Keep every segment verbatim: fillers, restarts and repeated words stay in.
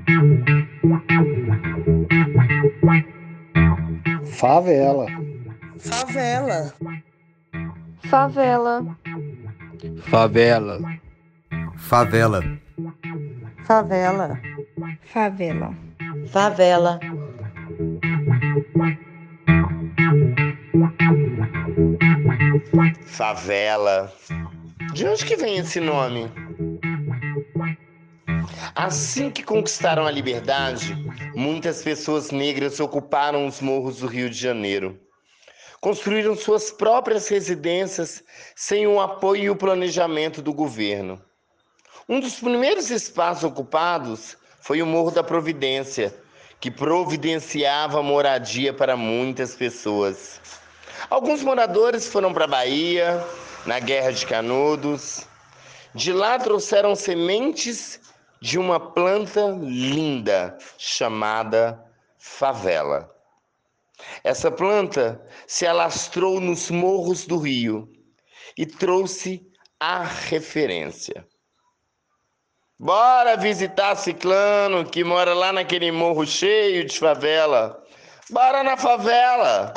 Favela. Favela. Favela. Favela. Favela. Favela. Favela. Favela. Favela. De onde que vem esse nome? Assim que conquistaram a liberdade, muitas pessoas negras ocuparam os morros do Rio de Janeiro. Construíram suas próprias residências sem o apoio e o planejamento do governo. Um dos primeiros espaços ocupados foi o Morro da Providência, que providenciava moradia para muitas pessoas. Alguns moradores foram para a Bahia, na Guerra de Canudos. De lá trouxeram sementes de uma planta linda chamada favela. Essa planta se alastrou nos morros do Rio e trouxe a referência. Bora visitar Ciclano, que mora lá naquele morro cheio de favela. Bora na favela!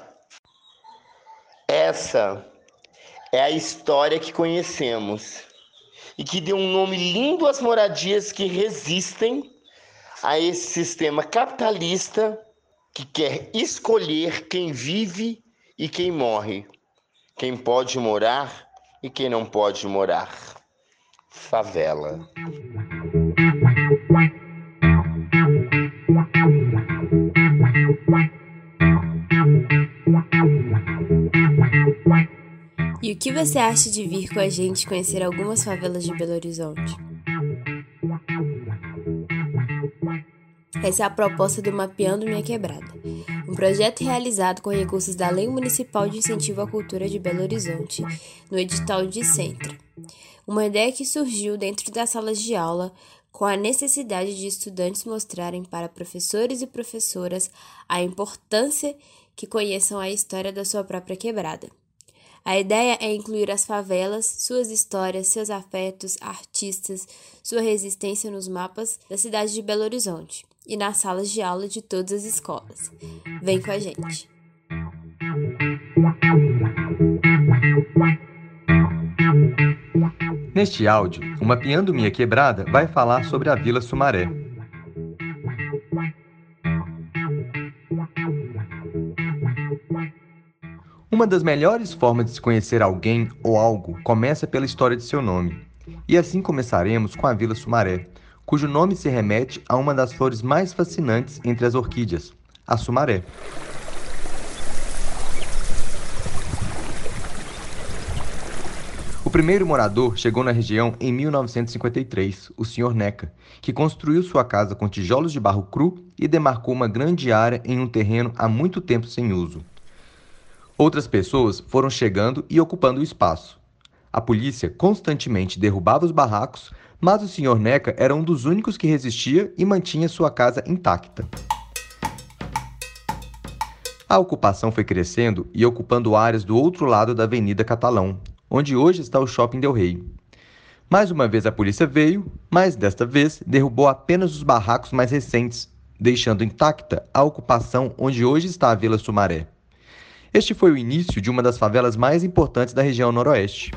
Essa é a história que conhecemos e que deu um nome lindo às moradias que resistem a esse sistema capitalista que quer escolher quem vive e quem morre, quem pode morar e quem não pode morar. Favela. E o que você acha de vir com a gente conhecer algumas favelas de Belo Horizonte? Essa é a proposta do Mapeando Minha Quebrada, um projeto realizado com recursos da Lei Municipal de Incentivo à Cultura de Belo Horizonte, no edital de Centra. Uma ideia que surgiu dentro das salas de aula com a necessidade de estudantes mostrarem para professores e professoras a importância que conheçam a história da sua própria quebrada. A ideia é incluir as favelas, suas histórias, seus afetos, artistas, sua resistência nos mapas da cidade de Belo Horizonte e nas salas de aula de todas as escolas. Vem com a gente! Neste áudio, o Mapeando Minha Quebrada vai falar sobre a Vila Sumaré. Uma das melhores formas de se conhecer alguém ou algo começa pela história de seu nome. E assim começaremos com a Vila Sumaré, cujo nome se remete a uma das flores mais fascinantes entre as orquídeas, a sumaré. O primeiro morador chegou na região em mil novecentos e cinquenta e três, o senhor Neca, que construiu sua casa com tijolos de barro cru e demarcou uma grande área em um terreno há muito tempo sem uso. Outras pessoas foram chegando e ocupando o espaço. A polícia constantemente derrubava os barracos, mas o senhor Neca era um dos únicos que resistia e mantinha sua casa intacta. A ocupação foi crescendo e ocupando áreas do outro lado da Avenida Catalão, onde hoje está o Shopping Del Rey. Mais uma vez a polícia veio, mas desta vez derrubou apenas os barracos mais recentes, deixando intacta a ocupação onde hoje está a Vila Sumaré. Este foi o início de uma das favelas mais importantes da região noroeste.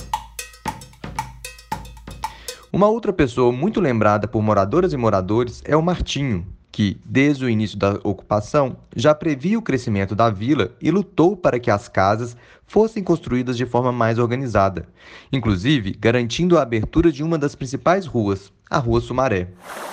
Uma outra pessoa muito lembrada por moradoras e moradores é o Martinho, que, desde o início da ocupação, já previa o crescimento da vila e lutou para que as casas fossem construídas de forma mais organizada, inclusive garantindo a abertura de uma das principais ruas, a Rua Sumaré.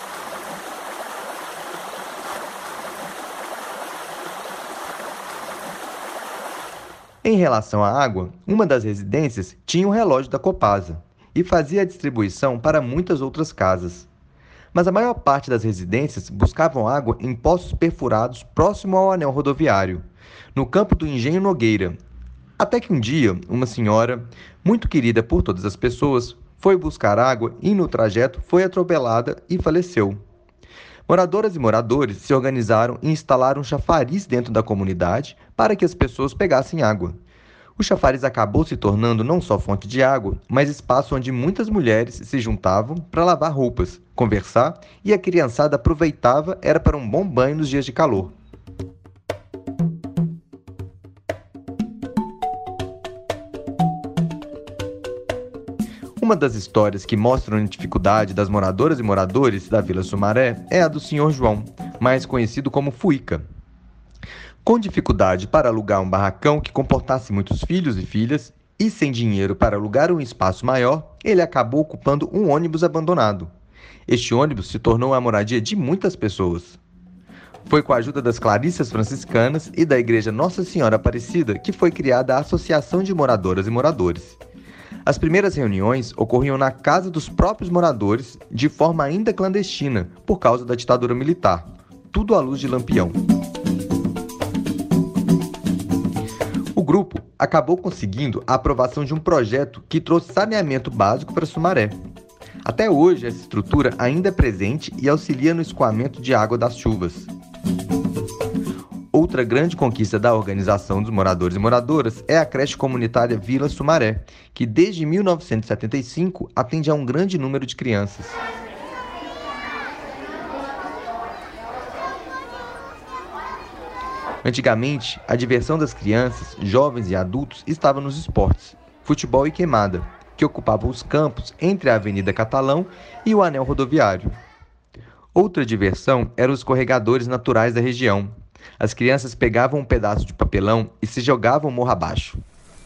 Em relação à água, uma das residências tinha o relógio da Copasa e fazia a distribuição para muitas outras casas. Mas a maior parte das residências buscavam água em poços perfurados próximo ao anel rodoviário, no campo do Engenho Nogueira. Até que um dia, uma senhora, muito querida por todas as pessoas, foi buscar água e no trajeto foi atropelada e faleceu. Moradoras e moradores se organizaram e instalaram um chafariz dentro da comunidade para que as pessoas pegassem água. O chafariz acabou se tornando não só fonte de água, mas espaço onde muitas mulheres se juntavam para lavar roupas, conversar e a criançada aproveitava era para um bom banho nos dias de calor. Uma das histórias que mostram a dificuldade das moradoras e moradores da Vila Sumaré é a do senhor João, mais conhecido como Fuica. Com dificuldade para alugar um barracão que comportasse muitos filhos e filhas, e sem dinheiro para alugar um espaço maior, ele acabou ocupando um ônibus abandonado. Este ônibus se tornou a moradia de muitas pessoas. Foi com a ajuda das Clarissas Franciscanas e da Igreja Nossa Senhora Aparecida que foi criada a Associação de Moradoras e Moradores. As primeiras reuniões ocorriam na casa dos próprios moradores, de forma ainda clandestina, por causa da ditadura militar, tudo à luz de lampião. O grupo acabou conseguindo a aprovação de um projeto que trouxe saneamento básico para Sumaré. Até hoje, essa estrutura ainda é presente e auxilia no escoamento de água das chuvas. Outra grande conquista da organização dos moradores e moradoras é a creche comunitária Vila Sumaré, que desde mil novecentos e setenta e cinco atende a um grande número de crianças. Antigamente, a diversão das crianças, jovens e adultos estava nos esportes, futebol e queimada, que ocupavam os campos entre a Avenida Catalão e o anel rodoviário. Outra diversão eram os escorregadores naturais da região. As crianças pegavam um pedaço de papelão e se jogavam morro abaixo.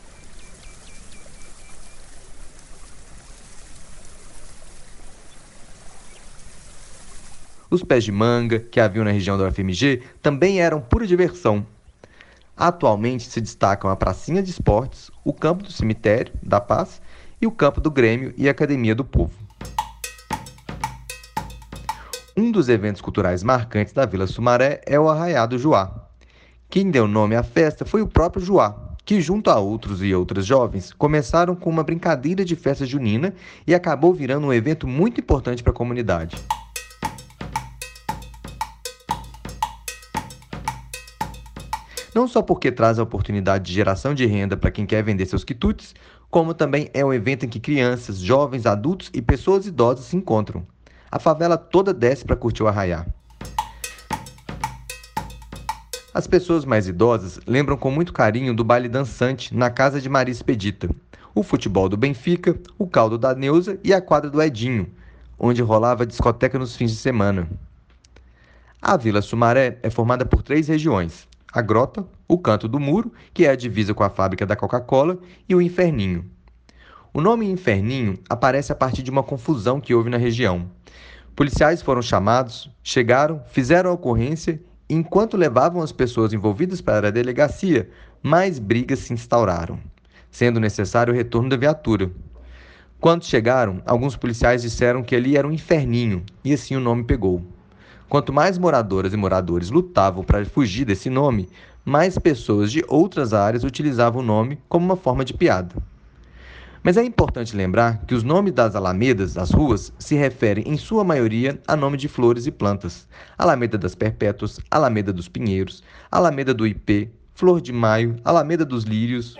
Os pés de manga, que haviam na região da U F M G, também eram pura diversão. Atualmente se destacam a pracinha de esportes, o campo do cemitério, da Paz, e o campo do Grêmio e a Academia do Povo. Um dos eventos culturais marcantes da Vila Sumaré é o Arraiá do Joá. Quem deu nome à festa foi o próprio Joá, que junto a outros e outras jovens começaram com uma brincadeira de festa junina e acabou virando um evento muito importante para a comunidade. Não só porque traz a oportunidade de geração de renda para quem quer vender seus quitutes, como também é um evento em que crianças, jovens, adultos e pessoas idosas se encontram. A favela toda desce para curtir o arraiá. As pessoas mais idosas lembram com muito carinho do baile dançante na casa de Maria Expedita, o futebol do Benfica, o caldo da Neuza e a quadra do Edinho, onde rolava a discoteca nos fins de semana. A Vila Sumaré é formada por três regiões: a Grota, o Canto do Muro, que é a divisa com a fábrica da Coca-Cola, e o Inferninho. O nome Inferninho aparece a partir de uma confusão que houve na região. Policiais foram chamados, chegaram, fizeram a ocorrência e, enquanto levavam as pessoas envolvidas para a delegacia, mais brigas se instauraram, sendo necessário o retorno da viatura. Quando chegaram, alguns policiais disseram que ali era um inferninho, e assim o nome pegou. Quanto mais moradoras e moradores lutavam para fugir desse nome, mais pessoas de outras áreas utilizavam o nome como uma forma de piada. Mas é importante lembrar que os nomes das alamedas, das ruas, se referem em sua maioria a nome de flores e plantas. Alameda das Perpétuas, Alameda dos Pinheiros, Alameda do Ipê, Flor de Maio, Alameda dos Lírios.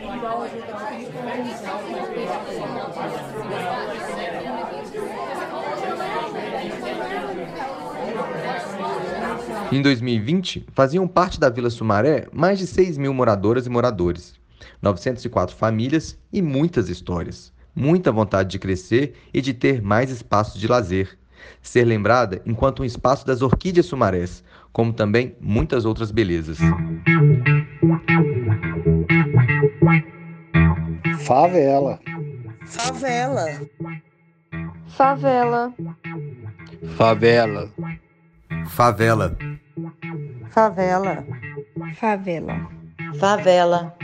Em dois mil e vinte, faziam parte da Vila Sumaré mais de seis mil moradoras e moradores, novecentas e quatro famílias e muitas histórias, muita vontade de crescer e de ter mais espaços de lazer, ser lembrada enquanto um espaço das orquídeas sumarés, como também muitas outras belezas. Favela. Favela. Favela. Favela. Favela. Favela. Favela. Favela.